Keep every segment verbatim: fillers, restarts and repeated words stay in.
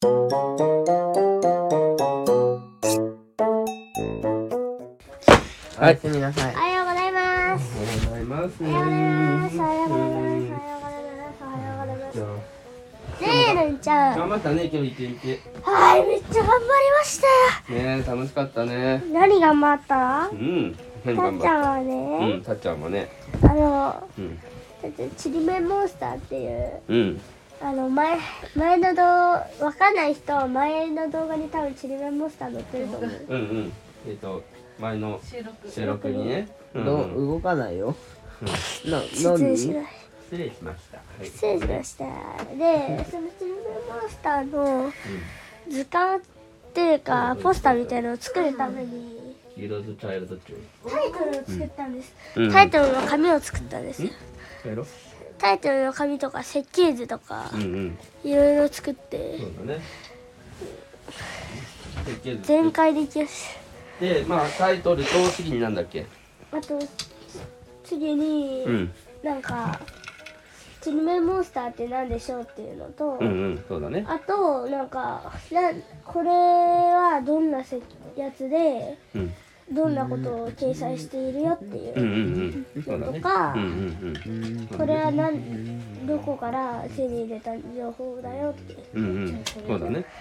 はい、すみなさい。 おはようございます。 おはようございます。 おはようございます。おはようございます。おはようございます。おはようございます。ねえ、るんちゃん。 頑張ったね、今日一日。 はい、めっちゃ頑張りましたよ。 ねえ、楽しかったね。 何頑張った？ うん。 たっちゃんはね、 うん、たっちゃんはね。 あの、 うん。 ちりめんモンスターっていう、 うん。 あの前前の動わかんない人は前の動画に多分ちりめんモンスター載ってると思う。 うんうん。えっと前の収録にね。 ど動かないよ。な失礼しました。 失礼しました。はい。 失礼しました。で、そのちりめんモンスターの図鑑っていうかポスターみたいなのを作るためにヒーローズチャイルドチュタイトルを作ったんです。 うん。 タイトルの紙を作ったんです。 やろ？ タイトルの紙とか設計図とかうんうん。 いろいろ作ってそうだね。 全開でいきましで、まあタイトルと次になんだっけ？ た。あと次に、 うん。 なんかちりめんモンスターって何でしょうっていうのと、 うんうん、そうだね。 あとなんかなこれはどんなせやつでうん。 どんなことを掲載しているよっていううんうんうん。そうだね。 とか、 うんうんうん。 これは何どこから手に入れた情報だよってうんうん。そうだね。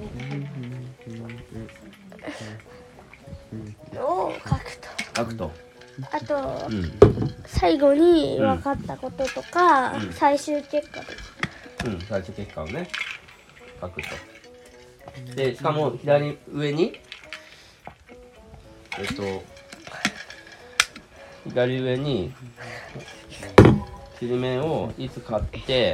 のを書くと。 書くと。 あと、 うん。 最後に分かったこととか、 うん最終結果とか。 うん、最終結果をね、書くと。で、しかも左上に、えっと、左上に、ちりめんをいつ買って、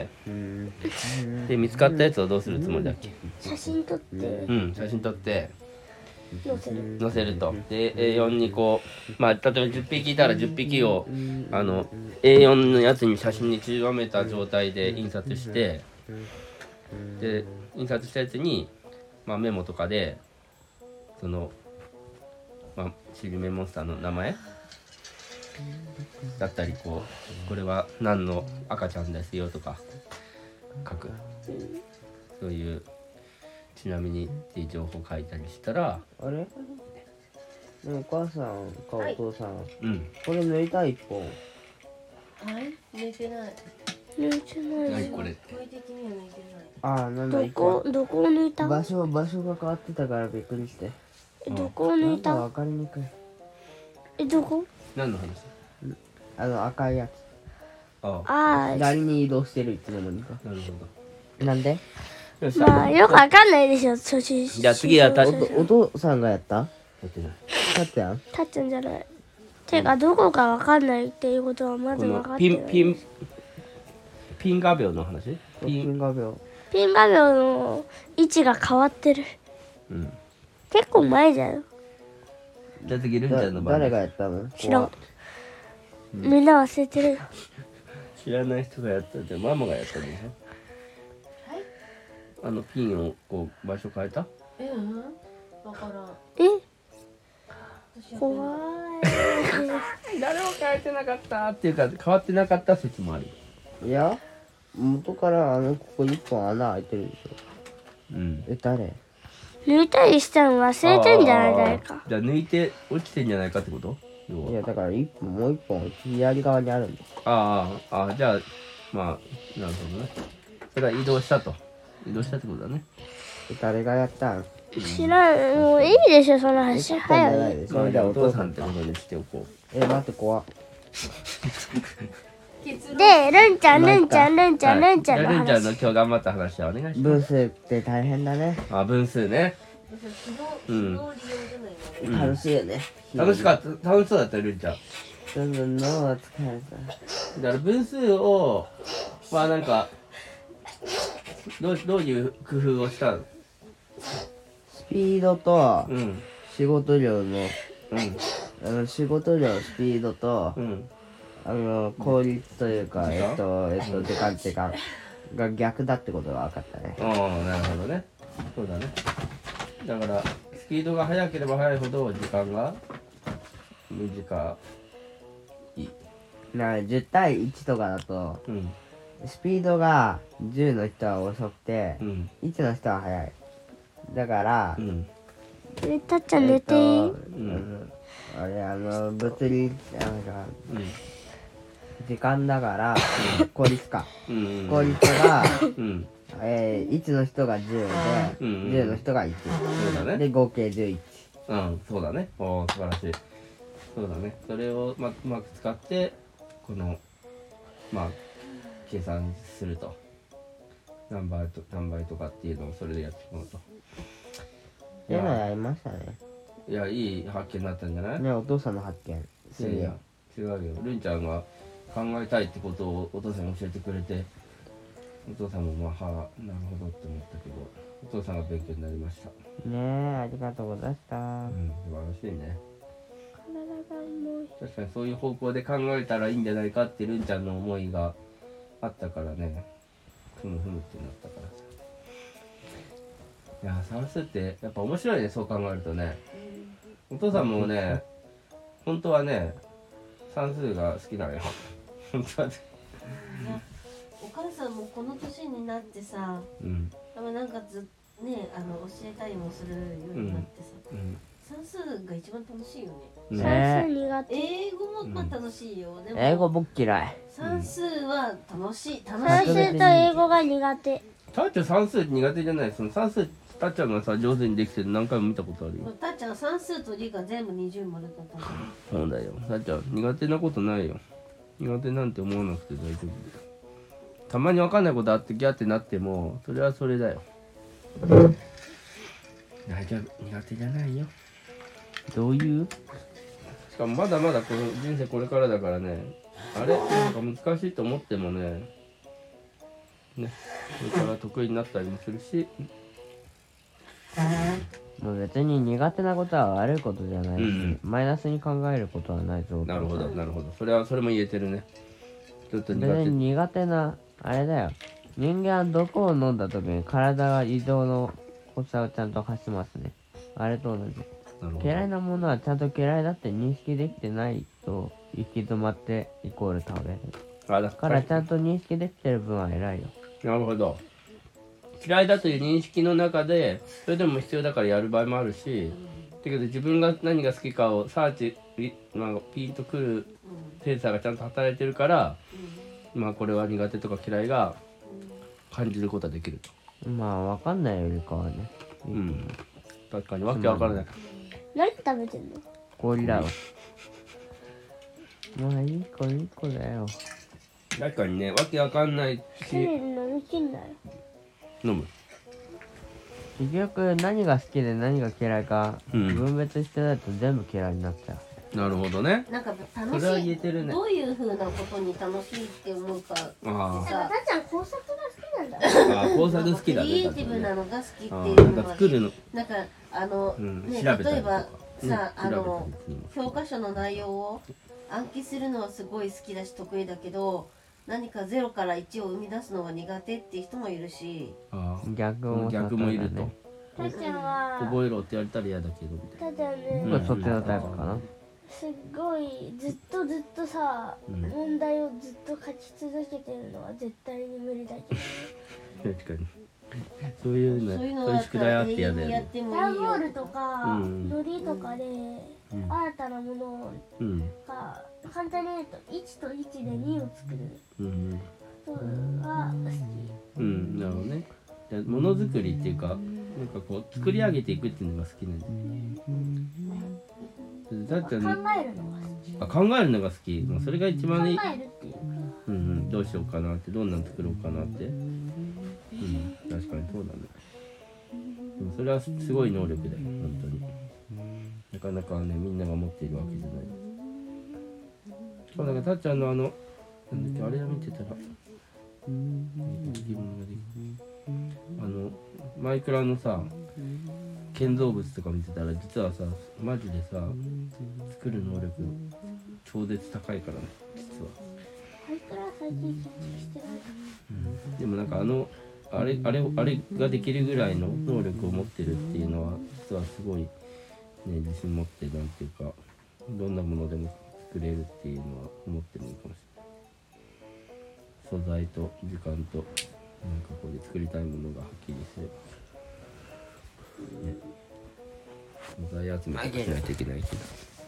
で、見つかったやつをどうするつもりだっけ？ 写真撮ってうん、写真撮って、 載せる。 載せると。で、エーよん にこう、まあ、例えばじゅっぴきいたらじゅっぴきを、あの、エーよん のやつに写真に散りばめた状態で印刷して、で、印刷したやつに、まあ、メモとかで、その、まあ、ちりめんモンスターの名前だったり、こう、これは何の赤ちゃんですよとか書く。そういう、ちなみにっていう情報書いたりしたら、 あれ？ねお母さんかお父さん、 うん。 これ塗りたい一本。 はい抜いてない。 抜いてない何これって。 声的には抜いてない。 ああ、なんだど一個こどこを抜いた？ 場所場所が変わってたからびっくりして。 えどこを抜いた？ なんか分かりにくい。 えどこ？ 何の話？ あの赤いやつ。 ああ、 ああ、 左に移動してるいつの間にか。 なるほなんで？ ど。よし、 まあよくわかんないでしょ。初心じゃあ次はたおとお父さんがやった？ やってない。 たっちゃん？ たっちゃんじゃない。てかどこかわかんないっていうことはまずこ分かってない。 のピンピンピン画鋲の話？ ピピン、 ン画鋲。 ピン画鋲の位置が変わってる。 うん。 結構前じゃん。 じゃあ次ルンちゃだんの番。 誰がやったの？ 知らん。みんな忘れてるよ。 知らない人がやったってママがやったんでしょ。 はい。 あのピンをこう場所変えた？ えうん。わからん。 え私は怖い。 誰も変えてなかったっていうか変わってなかった説もある。 いや元からあのここ一本穴開いてるでしょ。 うん。 え誰？ 抜いたりしたの忘れてんじゃない誰か。 じゃあ抜いて落ちてんじゃないかってこと？要はいやだから一本もう一本左側にあるんだよ。 ああああじゃあまあなるほどね。それは移動したと移動したってことだね。 え誰がやったん？ 知らん。もういいでしょその話。 じゃない早い。 でしまあょ。じゃあおじゃあお父さ父さんか。 んってことにしておこう。 え待って怖っ。 結論。 で、ルンちゃん、ルンちゃん、ルンちゃん、ルンちゃんのじゃあルンちゃんの話。 今日頑張った話はお願いします。 分数って大変だね。 あ分数ね。 私はう非ん能非能利用じゃないの。 うん楽しいよね。 楽しかった楽しそうだったよルンちゃん。 どんどん脳が疲れだから分数をまあなんかどうどういう工夫をしたの？ た。スピードとうん仕事量のうんあの仕事量スピードとうんあの効率というかうんえっとえっと時間時間が逆だってことが分かったね。 ああなるほどね。そうだね。だからスピードが速ければ速いほど時間が短い。 なじゅう対いちとかだとうんスピードがじゅうの人は遅くてうんいちの人は速い。 だからう、んえたっちゃん寝ていい、 えっとうんあれあの物理なんかうん時間だから効率かうん効率が、 うんえー、いちの人がじゅうで、 うんうんじゅうの人がいち、 そうだねで合計じゅういち。 うんそうだねおー素晴らしいそうだねそれをまうまく使ってこのまあ計算すると何倍と何倍とかっていうのをそれでやってもらうとっていうのやりましたね。 いやいい発見だったんじゃない、 ね、お父さんの発見するよいやいや。違うよるんちゃんが考えたいってことをお父さんに教えてくれてお父さんもまあはあなるほどって思ったけどお父さんが勉強になりましたねえ、ありがとうございました。 うん素晴らしいね体が重い。 確かにそういう方向で考えたらいいんじゃないかってるんちゃんの思いがあったからねふむふむってなったからさいや算数ってやっぱ面白いねそう考えるとねお父さんもね本当はね算数が好きなのよ本当はねお母さんもこの年になってさ、 うんでもなんかずねあの教えたりもするようになってさ、 うん算数が一番楽しいよね。 うん算数苦手。 英語もまあ楽しいよ。でも英語僕嫌い。 算数は楽しい楽算しい。 数と英語が苦手。 たっちゃん算数苦手じゃないその算数たっちゃんがさ上手にできてるの何回も見たことあるよたっちゃん算数と理科全部二重丸だったから。 そうだよたっちゃん苦手なことないよ苦手なんて思わなくて大丈夫だよたまに分かんないことあってギャってなってもそれはそれだよ大丈夫苦手じゃないよどういうしかもまだまだこの人生これからだからねあれなんか難しいと思ってもねねこれから得意になったりもするしもう別に苦手なことは悪いことじゃないし、 うんマイナスに考えることはないぞ。 なるほどなるほどそれはそれも言えてるねちょっと苦手別に苦手な、あれだよ。人間はどこを飲んだ時に体が移動の発作をちゃんと発しますね。あれと同じ。 なるほど嫌いなものはちゃんと嫌いだって認識できてないと行き詰まってイコール倒れる。 あだだからちゃんと認識できてる分は偉いよ。なるほど嫌いだという認識の中でそれでも必要だからやる場合もあるしだけど自分が何が好きかをサーチなんかピンとくるセンサーがちゃんと働いてるからまあこれは苦手とか嫌いが感じることはできるとまあわかんないよりかはね。 うん確かにわけわからない何食べてんの？ 氷だろ。まあいい子いい子だよ。 確かにねわけわかんないしテレビ飲みきんなよ。 飲む結局何が好きで何が嫌いかうん分別してないと全部嫌いになっちゃう。 なるほどねなんか楽それはしい、 言えてるねどういう風なことに楽しいって思うかあでもたっちゃん工作が好きなんだ。 ああ工作好きだねクリエイティブなのが好きっていうあーなんのはか作るのなんかあの、 うんね調べたりとか例えばうんさ、あ調べのたりするの教科書の内容を暗記するのはすごい好きだし得意だけど何かゼロからいちを生み出すのが苦手っていう人もいるし、 ああ逆も逆もいるとたっちゃんは覚えろって言われたら嫌だけどみたいたっちゃんね、 僕はそっちのタイプかな。 すっごいずっとずっとさ、 うん問題をずっと書き続けてるのは絶対に無理だけど、 な確かにそういうのそういうのそういう宿題あって永遠にやっ嫌だよねてもいいダンボールよ。 とか、 うんのりとかで、 うん新たなものうんが簡単に言うといちといちでにを作るうんことが好き。 うんなるほどねじゃあものづくりっていうかなんかこう作り上げていくっていうのが好きなんだよだって考えるのが好き。 あ考えるのが好き、まあ、それが一考番いい、 えるっていうか、 うんうん、どうしようかなってどんなの作ろうかなってうん確かにそうだねでもそれはすごい能力だよ本当になかなかねみんなが持っているわけじゃないそうだからたっちゃんのあのなんだっけあれを見てたら疑問ができたあのマイクラのさ建造物とか見てたら実はさマジでさ作る能力超絶高いからね実は、 あいくら最近緊張してない。 うん、でもなんかあのあれあれあれができるぐらいの能力を持ってるっていうのは実はすごいね自信持ってなんていうかどんなものでも作れるっていうのは思ってるのかもしれない素材と時間となんかこうで作りたいものがはっきりすれば材集めとかしないといけないけど、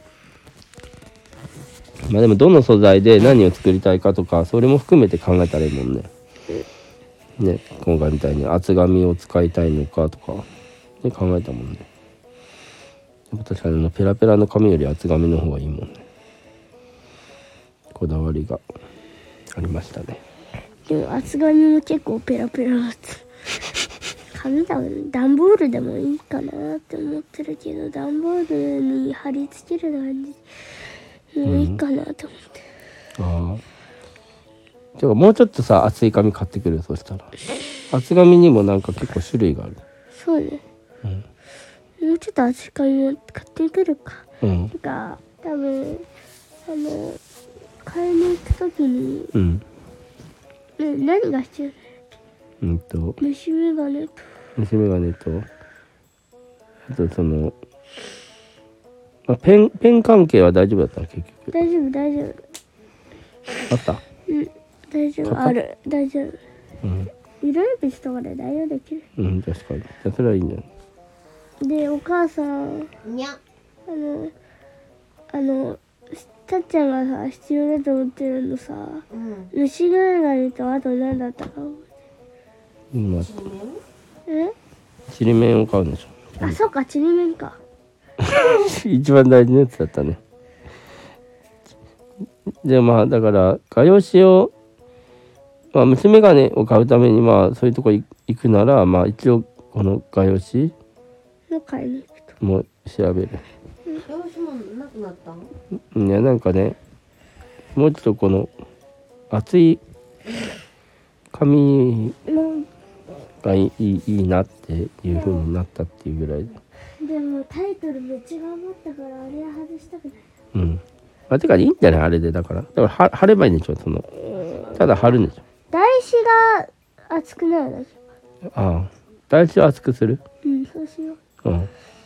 まあでもどの素材で何を作りたいかとかそれも含めて考えたらいいもんね。ね、今回みたいに厚紙を使いたいのかとか、ね、考えたもんね。でも確かにあのペラペラの紙より厚紙の方がいいもんね。こだわりがありましたね。 でも厚紙も結構ペラペラだった紙だもん、段ボールでもいいかなって思ってるけど、段ボールに貼り付ける感じもういいかなと思って、 うん、ああ。てかもうちょっとさ厚い紙買ってくる。そしたら厚紙にもなんか結構種類がある。 そうね、 うん、 もうちょっと厚い紙も買ってくるか。 うん、 てか多分あの買いに行くときに、 うん、 ね、何が必要だっけ。 うんと虫眼鏡と虫眼鏡とあとその、まあ、ペンペン関係は大丈夫だったの結局。 大丈夫大丈夫あった。 うん大丈夫買ったある大丈夫。 うん色鉛筆とかで代用できる。 うん確かに。じゃあそれはいいんじゃない。 でお母さんにゃあのあのたっちゃんがさ必要だと思ってるのさ、 うん虫眼鏡とあと何だったか覚うん、まあ、 ちりめんえてちりめんを買うんでしょ。 えあそうかちりめんか。 一番大事なやつだったね。でまあだから画用紙を、まあ、虫眼鏡を買うためにまあそういうとこ行くならまあ一応この画用紙の買いに行くと。 も調べる。 用紙もなくなったいの？ やなんかねもうちょっとこの厚い紙もがいい、いいなっていう風になったっていうぐらいで。 うでもタイトルめっちゃ頑張ったからあれは外したくない。 うんあてかいいんじゃないあれで。だからだからは貼ればいいんでしょ。そのただ貼るんでしょ。 台紙が厚くなるだけ。 ああ台紙を厚くする。 うんそうしよう。 うん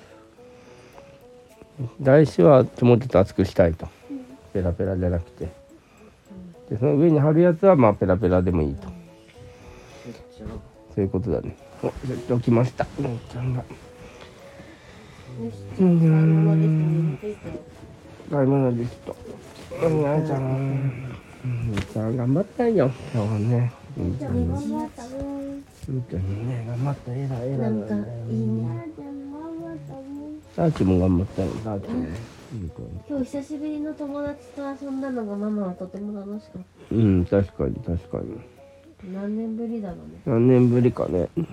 台紙はもうちょっと厚くしたいと、ペラペラじゃなくて、でその上に貼るやつはまあペラペラでもいいと、そういうことだね。おやっておきました。のんちゃんがよし買い物ですね見ていて買い物リスト。うんあんちゃんのんちゃん頑張ったんよ今日はね。うんちゃん頑張ったね。 うんちゃんね頑張った。えらいえらいなんかいいね。 あーちゃん頑張ったね。 サーチも頑張ったよ。サーチもねいい子ね。 今日久しぶりの友達と遊んだのがママはとても楽しかっうん確かに確かに。 た。何年ぶりだろうね。 何年ぶりかね。 だ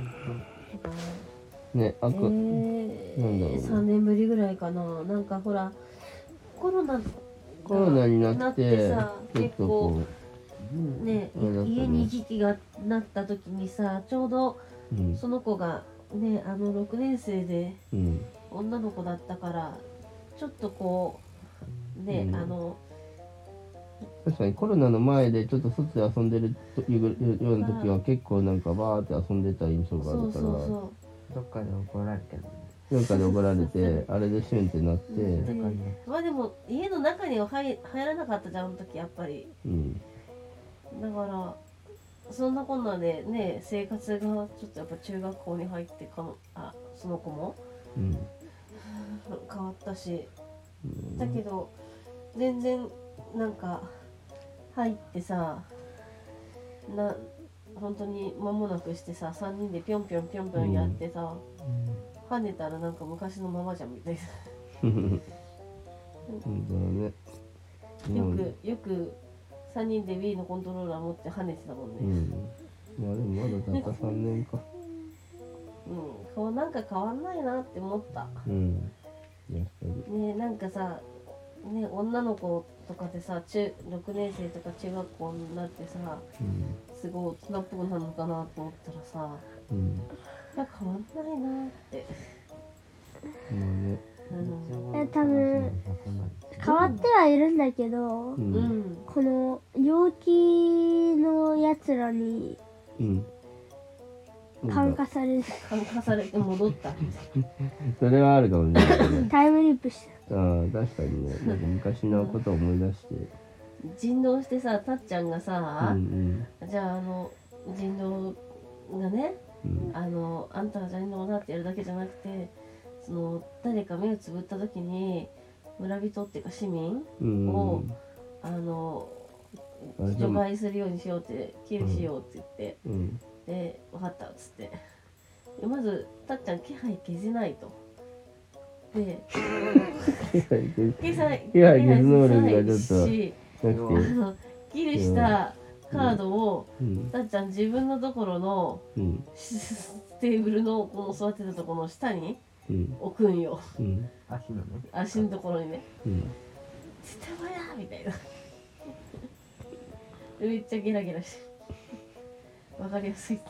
えねあく、 ー、 なんだろうねさんねんぶりぐらいかな。なんかほらコロナコロナになってなってさちょっとこねあれだったね家に行き来がなった時にさちょうどう、うんその子がねあのろくねん生でうん女の子だったからちょっとこうね、 うんあの確かにコロナの前でちょっと外で遊んでるというような時は結構なんかバーって遊んでた印象があそうるから、 そうそどっかで怒られてるなんかで怒られてあれでシュンってなって、 うでまあでも家の中には入入らなかったじゃんあの時やっぱりうんだからそんなこんなでね生活がちょっとやっぱ中学校に入ってかもあその子もうん変わったしうんだけど全然なんか入ってさな本当に間もなくしてささんにんでぴょんぴょんぴょんぴょんやってさ、跳ねたらなんか昔のままじゃんみたい本当だね。 なよもうくよくさんにんで Wii のコントローラー持って跳ねてたもんねうんまあでもまだたったさんねんか。 うん、こうなんか変わんないなって思ったうん確かに。 ねなんかさね女の子とかでさ中ろくねん生とか中学校になってさうんすごい大人っぽくなるのかなと思ったらさうんいや変わんないなってまあねあのえ多分変わってはいるんだけど、 ううんんこの陽気のやつらにうん感化される。 感化されて戻ったそれはあるかもしれないね。 タイムリープしてああ確かにねなんか昔のことを思い出して人狼してさたっちゃんがうんさう、んじゃああの人狼がねうんあのあんたが人狼だってやるだけじゃなくてその誰か目をつぶった時に村人っていうか市民うんをあのあでも除外するようにしようってキルしようって言って、 うんで分かったっつってでまずたっちゃん気配消せないとで気配気配消す能力がちょっとしなくあのキルしたカードを、 うんたっちゃん自分のところのうんテーブルのこの座ってたところの下にうん置くんようん足のね。 足のところにねうん絶対お前だみたいなめっちゃゲラゲラしてわかりやすい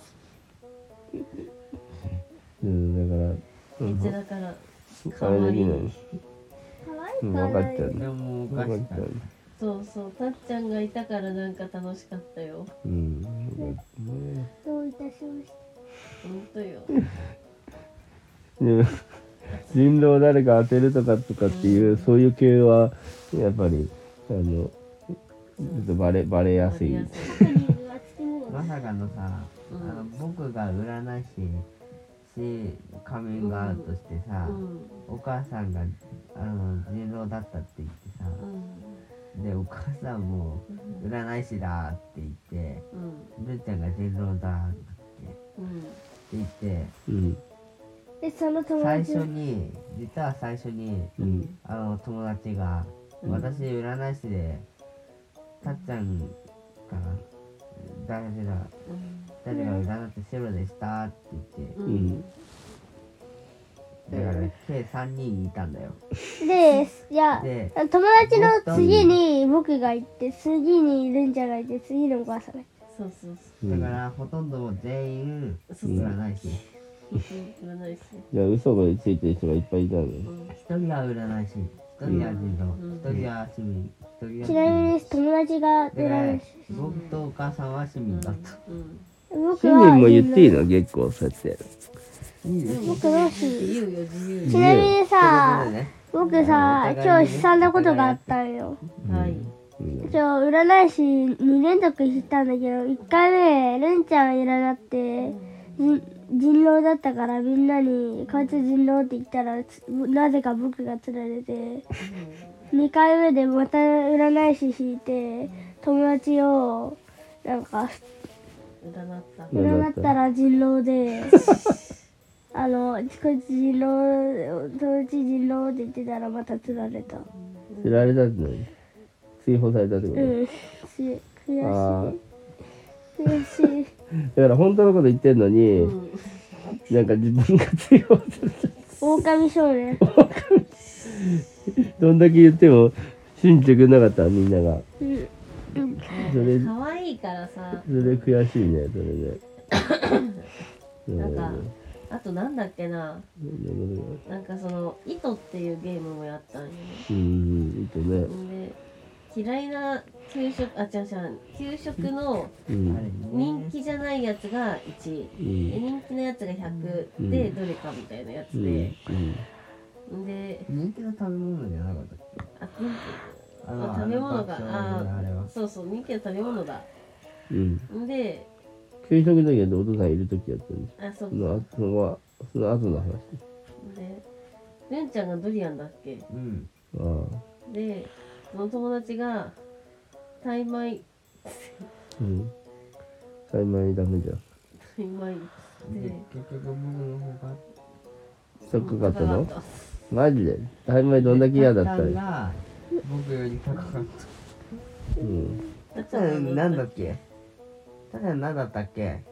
うんだからめっちゃだからあれできないうん分かっちゃうねでもお分かしかっかっちゃうねそうそうたっちゃんがいたからなんか楽しかったようん分かったねどういたしましてほんとよでも人狼を誰か当てるとかとかっていう、そういう系はやっぱりあのちょっとバレバレやすい。 わかりやすいまさかのさ、 うんあの僕が占い師し仮面があるとしてさ、 うんお母さんがあの人狼だったって言ってさ、 うんでお母さんも占い師だって言って、 うんるんちゃんが人狼だってうん言ってうんでその友最達初に実は最初にうんあの友達が、 うん私占い師でたっちゃんかな誰だうん誰が占って白でしたって言って、 ううんんだから計さんにんいたんだよ。 でいやで友達の次に僕がいて次にルンちゃんがいて次のお母さんがいてそうそううんだからほとんど全員そう占い師。 そう占い師じゃあ嘘がついてる人がいっぱいいたのね。 うん一人は占い師、一人は人うん狼、一人は市民、一人はちなみに友達がだから占い師僕とお母さんは市民だった。 うん僕は市民も言っていいの結構そうやって。 いいです僕の自し由よ自由ちなみにさね。 僕さ今日悲惨なことがあったんよはいうん今日占い師に連続したんだけどいっかいめルンちゃんが占ってじ人狼だったからみんなにこいつ人狼って言ったらつなぜか僕が釣られてにかいめでまた占い師引いて友達をなんか占った占ったら人狼であのこいつ人狼友達人狼って言ってたらまた釣られた知られたって何追放されたってこうんし悔あしい悔しいとだから本当のこと言ってんのに、 うんなんか自分が追放された。 狼少年どんだけ言っても信じてくれなかったみんなが。 うんそれ可愛いからさそれで悔しいねそれで。うなんかあとなんだっけなうんなんかその「糸」っていうゲームもやったんよねうんいいとね。 で嫌いな給食あ違う違う給食のうんあれ人気じゃないやつがいちいうんで人気のやつがひゃくうんでどれかみたいなやつうんでうんで人気の食べ物じゃなかったっけ？ あ人あの気食べ物があの爆笑のあれはあそうそう人気の食べ物だうん。 で給食の時はお父さんいる時やったんです。 あそうその後そのはその後の話。 でルンちゃんがドリアンだっけうん。 ああ。 でその友達がタイ米うん。幸いダメじゃん。 タイ米でで結局僕の方が高かったの高かっマジで大米どんだけ嫌だったたのが僕より高かった。 うん。 たただなんだっけ？ただ何だったっけ？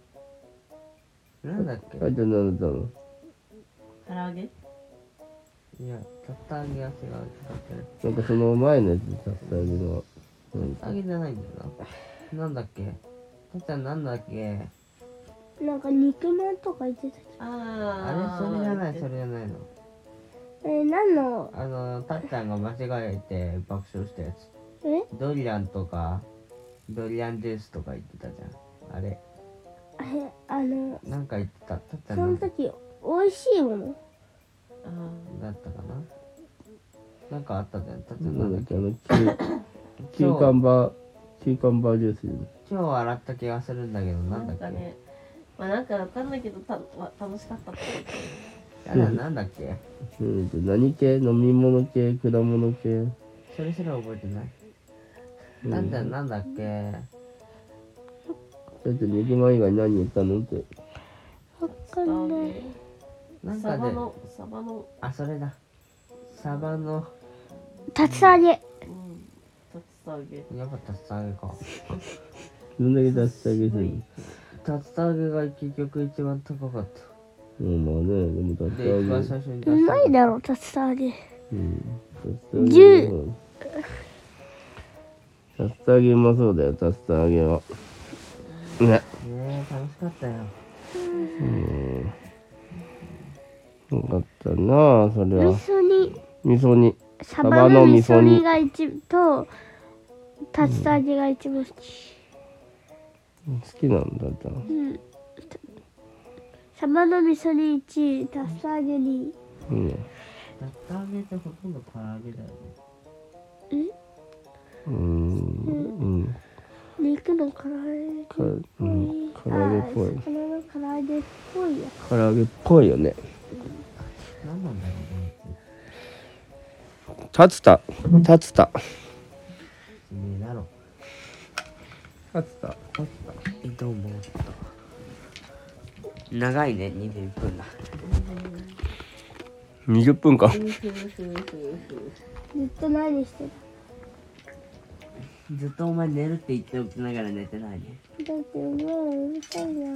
なんだっけ？ あいちゃん何だったの唐揚げいや、たった揚げは違う。 なんかその前のやつでさせてあげるのは。うんたった揚げじゃないんだよな。なんだっけ？たっちゃんなんだっけ？ なんか肉まんとか言ってたじあーあれそれじゃない、それじゃないの。 ゃんえ何のあの、たっちゃんが間違えて爆笑したやつ。 えドリアンとか、ドリアンジュースとか言ってたじゃん。あれ、 えあのなんか言ってた。たっちゃそんなんだの時美味しいものあだったかな。なんかあったじゃん。たっちゃんななんんだっだっけあのキュキューカンバーキューカンバージュースけ。超笑った気がするんだけど、 ーなんだっけ。 なんかねまあなんかわかんないけどたわ楽しかったってやだ、なんだっけ。 うんと何系？飲み物系、果物系。 それすら覚えてない。なんだ、なんだっけ。 だって肉まん以外何言ったのって。 わかんない。 なんかで、 サバのサバのあ、それだ。サバの、 竜田揚げ。 うん竜田揚げ。 やっぱ竜田揚げか。 どんだけ出してあげてるの？ 竜田揚げが結局一番高かった。 うんまあね、でも竜田で、一番揚げ。 最初に出うしたの。 まいだろ、竜田揚げ。 うん。竜田じゅう竜田揚げうまそうだよ、竜田揚げは。ね。 ねえ、楽しかったよ。 うん。よかったなあ、それ味は。 噌煮、 味噌煮。 サバの味噌煮が一と、竜田揚げが一番好き。 好きなんだじゃあ。 うん。サバの味噌煮いち、竜田揚げに。 うん。 竜田揚げってほとんど唐揚げだよね。 うん。うん。 肉の唐揚げ。 かうん。唐揚げっぽい。 あ、魚の唐揚げっぽいや。 唐揚げっぽいよね。 なんなんだろうね。 竜田。竜田。 ねえだろ。 竜田。 え、どうも。長いね、にじゅっぷんだ。 にじゅっぷんか。 ずっと何してずっとお前寝るって言っておきながら寝てないね。 た？だってお前らうるさいな。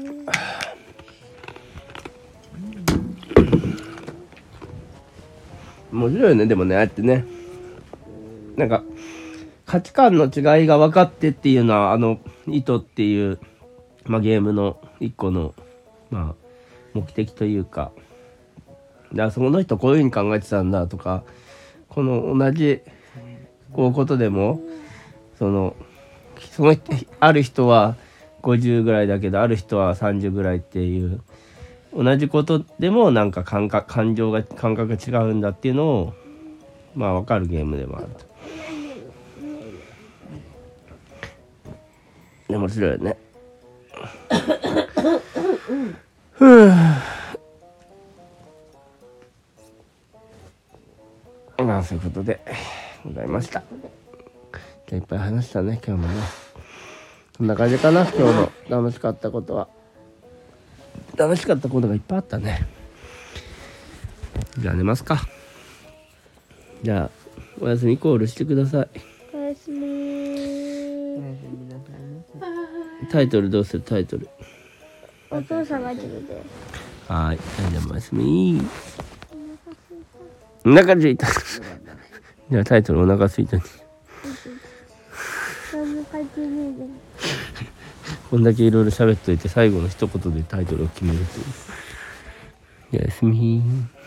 面白いよね、でもね、ああやってね。なんか、価値観の違いが分かってっていうのは、あの、意図っていう、まあゲームの一個の、まあ、目的というか、だからその人こういうふうに考えてたんだとか、この同じ、こうことでも、その、その人、ある人はごじゅうぐらいだけど、ある人はさんじゅうぐらいっていう、同じことでもなんか感覚、感情が、感覚が違うんだっていうのを、まあ分かるゲームでもあると。でも面白いよね。ふぅ。まあそういうことでございました。じゃあいっぱい話したね、今日もね。こんな感じかな、今日の楽しかったことは。楽しかったことがいっぱいあったね。じゃあ寝ますか。じゃあおやすみコールしてください。 おやすみおー。 やすみなさいね。 タイトルどうする？タイトル。 お父さんが自分で。 はーい。じゃあおやすみ。お腹すいた。じゃあタイトルお腹すいたに。 何も書いてねえで。 こんだけいろいろ喋っといて最後の一言でタイトルを決めるという。おやすみ。